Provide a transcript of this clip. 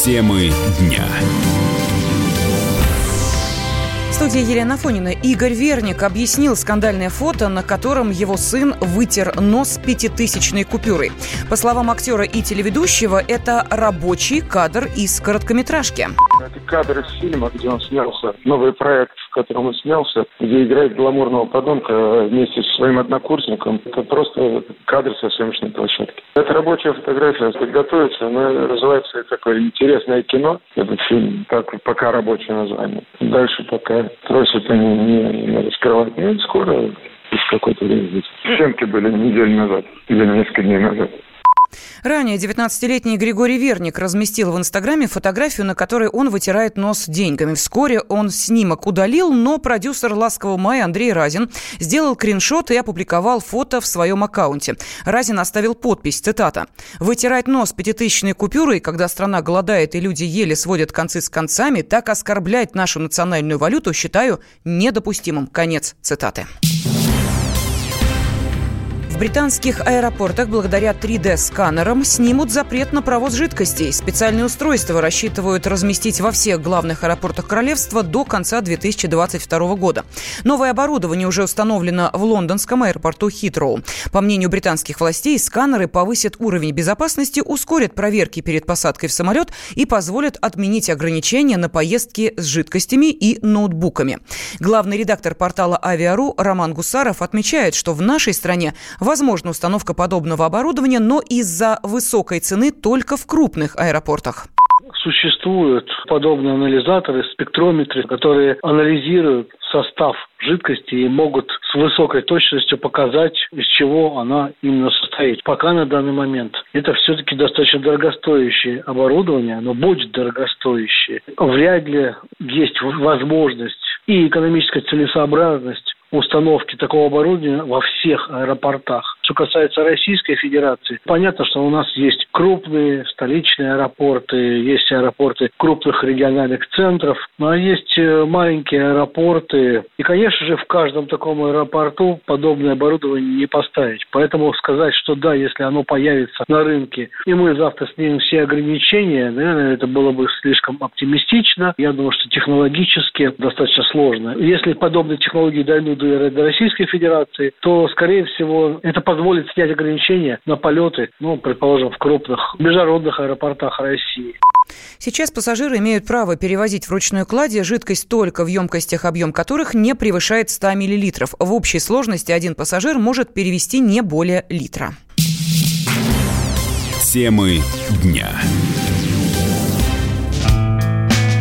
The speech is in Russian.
Темы дня. В студии Елена Афонина. Игорь Верник объяснил скандальное фото, на котором его сын вытер нос 5000-ной купюрой. По словам актера и телеведущего, это рабочий кадр из короткометражки. Это кадр из фильма, где он снялся. Новый проект, в котором он снялся, где играет гламурного подонка вместе со своим однокурсником. Это просто кадр со съемочной площадки. Это рабочая фотография, подготовится. Она называется такое интересное кино. Этот фильм, так пока рабочее название. Дальше пока просят они не раскрывать. Ну, скоро, через какое-то время будет. Съемки были неделю назад, или несколько дней назад. Ранее 19-летний Григорий Верник разместил в Инстаграме фотографию, на которой он вытирает нос деньгами. Вскоре он снимок удалил, но продюсер «Ласкового мая» Андрей Разин сделал скриншот и опубликовал фото в своем аккаунте. Разин оставил подпись, цитата: «Вытирать нос 5000-ной купюрой, когда страна голодает и люди еле сводят концы с концами, так оскорблять нашу национальную валюту, считаю недопустимым». Конец цитаты. В британских аэропортах благодаря 3D-сканерам снимут запрет на провоз жидкостей. Специальные устройства рассчитывают разместить во всех главных аэропортах королевства до конца 2022 года. Новое оборудование уже установлено в лондонском аэропорту Хитроу. По мнению британских властей, сканеры повысят уровень безопасности, ускорят проверки перед посадкой в самолет и позволят отменить ограничения на поездки с жидкостями и ноутбуками. Главный редактор портала Авиа.ру Роман Гусаров отмечает, что в нашей стране возможна установка подобного оборудования, но из-за высокой цены только в крупных аэропортах. Существуют подобные анализаторы, спектрометры, которые анализируют состав жидкости и могут с высокой точностью показать, из чего она именно состоит. Пока на данный момент это все-таки достаточно дорогостоящее оборудование, оно будет дорогостоящее. Вряд ли есть возможность и экономическая целесообразность установки такого оборудования во всех аэропортах. Что касается Российской Федерации, понятно, что у нас есть крупные столичные аэропорты, есть аэропорты крупных региональных центров, но есть маленькие аэропорты. И, конечно же, в каждом таком аэропорту подобное оборудование не поставить. Поэтому сказать, что да, если оно появится на рынке, и мы завтра снимем все ограничения, наверное, это было бы слишком оптимистично. Я думаю, что технологически достаточно сложно. Если подобные технологии дойдут до Российской Федерации, то, скорее всего, это позволит снять ограничения на полеты, предположим, в крупных международных аэропортах России. Сейчас пассажиры имеют право перевозить в ручной кладе жидкость только в емкостях, объем которых не превышает 100 мл. В общей сложности один пассажир может перевезти не более литра. Темы дня.